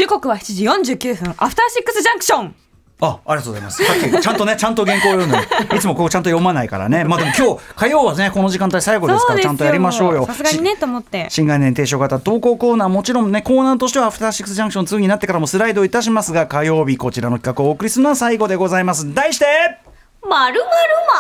刻は7時49分アフターシックスジャンクション。 ありがとうございます。さっきちゃんと原稿を読むのいつもここちゃんと読まないからね。まあでも今日火曜はねこの時間帯最後ですからちゃんとやりましょうよ。 さすがにねと思って。 新概念提唱型投稿コーナーもちろんねコーナーとしてはアフターシックスジャンクション2になってからもスライドいたしますが、火曜日こちらの企画をお送りするのは最後でございます。題してまる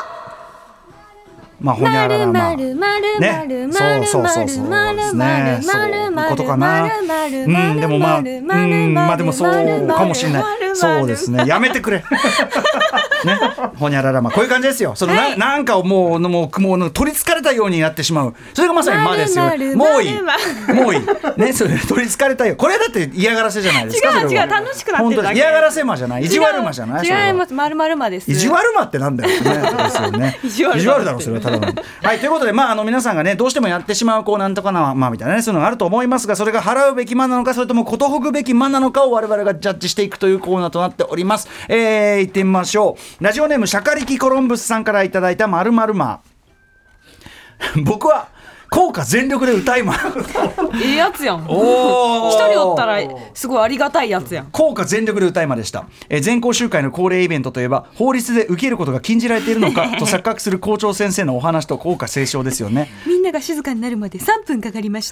まあほにゃららまね、そうですね、そういうことかな。でもまあでもそうかもしれない。そうですね、やめてくれね、ほにゃららまこういう感じですよ。そのなんかをもう取りつかれたようになってしまう、それがまさにまですよ。もういいね、それ取りつかれたよ。これだって嫌がらせじゃないですか。 違う楽しくなってるだけ。 嫌がらせまじゃない、意地悪まじゃない。 違います、まるまです。 意地悪まってなんだよね。ですよね。意地悪だろそれはただの。はい、ということで皆さんがねどうしてもやってしまうこうなんとかなみたいなね、そういうのがあると思いますが、それが払うべき間なのかそれともことほぐべき間なのかを我々がジャッジしていくというコーナーとなっております。行ってみましょう。ラジオネームシャカリキコロンブスさんからいただいた〇〇ま僕は効果全力で歌います。 いいやつやん。一人おったらすごいありがたいやつやん。 効果全力で歌いまでした。全校集会の恒例イベントといえば法律で受けることが禁じられているのかと錯覚する校長先生のお話と効果斉唱ですよね。 みんなが静かになるまで3分かかりました。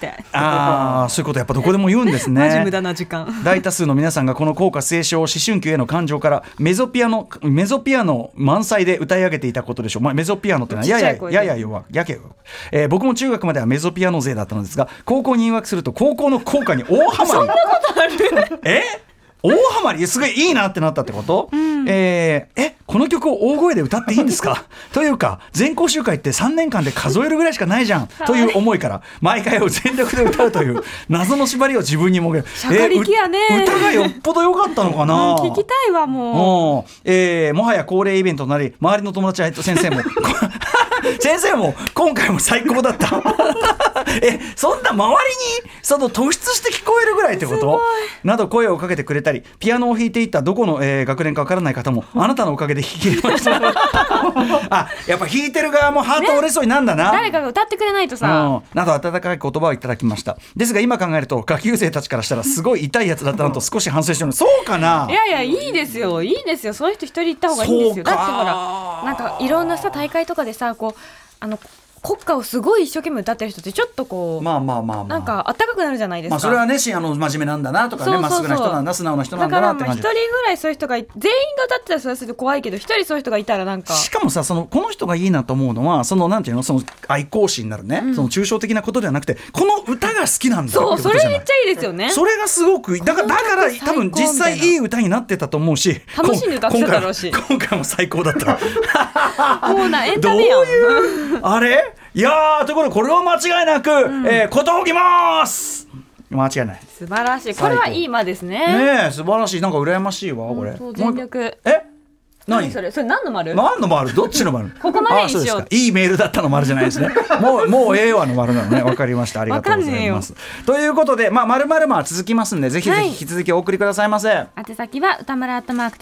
そういうことやっぱどこでも言うんですね。 マジ無駄な時間。 大多数の皆さんがこの効果斉唱を思春期への感情からメゾピアノ満載で歌い上げていたことでしょう。メゾピアノってのはやや弱い、僕も中学まではメゾピアノ勢だったのですが、高校に入学すると高校の校歌に大ハマり。 そんなことある大ハマり、すごいいいなってなったってこと、この曲を大声で歌っていいんですかというか全校集会って3年間で数えるぐらいしかないじゃんという思いから毎回を全力で歌うという謎の縛りを自分に設ける。 シャカリキやね。 歌がよっぽど良かったのかな、 聞きたいわもう。 もはや恒例イベントとなり周りの友達先生も先生も今回も最高だったそんな周りに突出して聞こえるぐらいってことなど声をかけてくれたり、ピアノを弾いていったどこの、学年かわからない方もあなたのおかげで弾き切れましたやっぱ弾いてる側もハート折れそうになんだな、 誰かが歌ってくれないとさ、 など温かい言葉をいただきました。ですが今考えると下級生たちからしたらすごい痛いやつだったなと少し反省してるの。そうかな。 いやいいですよそういう人一人行った方がいいんですよ。だってほらなんかいろんなさ大会とかでさ国歌をすごい一生懸命歌ってる人ってちょっとこうなんかあったかくなるじゃないですか。 それはね真面目なんだなとかね、まっすぐな人なんだ素直な人なんだなって感じ。 だから一人ぐらいそういう人が全員が歌ってたらそれはそれで怖いけど、一人そういう人がいたらなんか。 しかもさこの人がいいなと思うのはなんていうの愛好心になるね、その抽象的なことではなくてこの歌が好きなんだってことじゃない。 それめっちゃいいですよね。 それがすごくだから多分実際いい歌になってたと思うし、 楽しんで歌ってただろうし今回も最高だったもうエンタメやん。 どういうあれいやーということでこれは間違いなく、ことほぎます間違いない。 素晴らしい。これはいい間ですね。 ねえ素晴らしい。なんか羨ましいわこれ。 全力。何それ何の丸？ 何の丸？どっちの丸？ ここまでにしよう。 いいメールだったの丸じゃないですね。もうわの丸なのね。わかりました。ありがとうございます。ということで丸々続きますんでぜひぜひ引き続きお送りくださいませ。 宛先は歌丸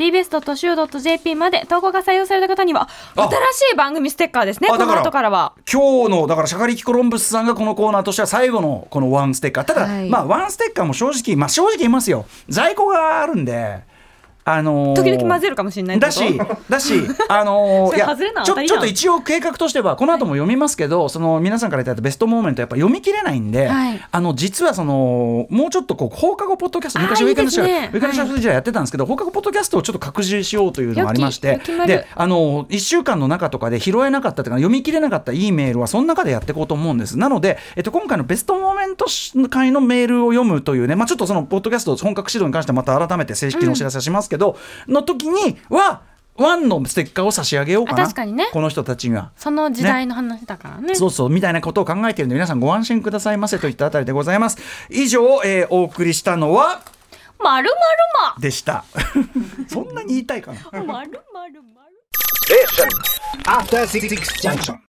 @tbs.co.jp まで。投稿が採用された方には新しい番組ステッカーですね。この後からは今日のだからシャカリキコロンブスさんがこのコーナーとしては最後のこのワンステッカー。ただワンステッカーも正直言いますよ。在庫があるんで。 時々混ぜるかもしれないだしいやちょっと一応計画としてはこの後も読みますけど、皆さんからいただいたベストモーメントやっぱ読み切れないんで、実はもうちょっと放課後ポッドキャスト昔ウェイカのシャフ時代やってたんですけど、放課後ポッドキャストをちょっと拡充しようというのがありまして、で1週間の中とかで拾えなかったというか読み切れなかったいいメールはその中でやっていこうと思うんです。なので、今回のベストモーメント回のメールを読むというね、ちょっとポッドキャスト本格始動に関してはまた改めて正式にお知らせしますけど、の時にはワンのステッカーを差し上げようかな。 確かにね、 この人たちがその時代の話だからね。 そうみたいなことを考えているので皆さんご安心くださいませといったあたりでございます。以上、お送りしたのはまるまでしたそんなに言いたいかな。 まるまる。 After 66 junction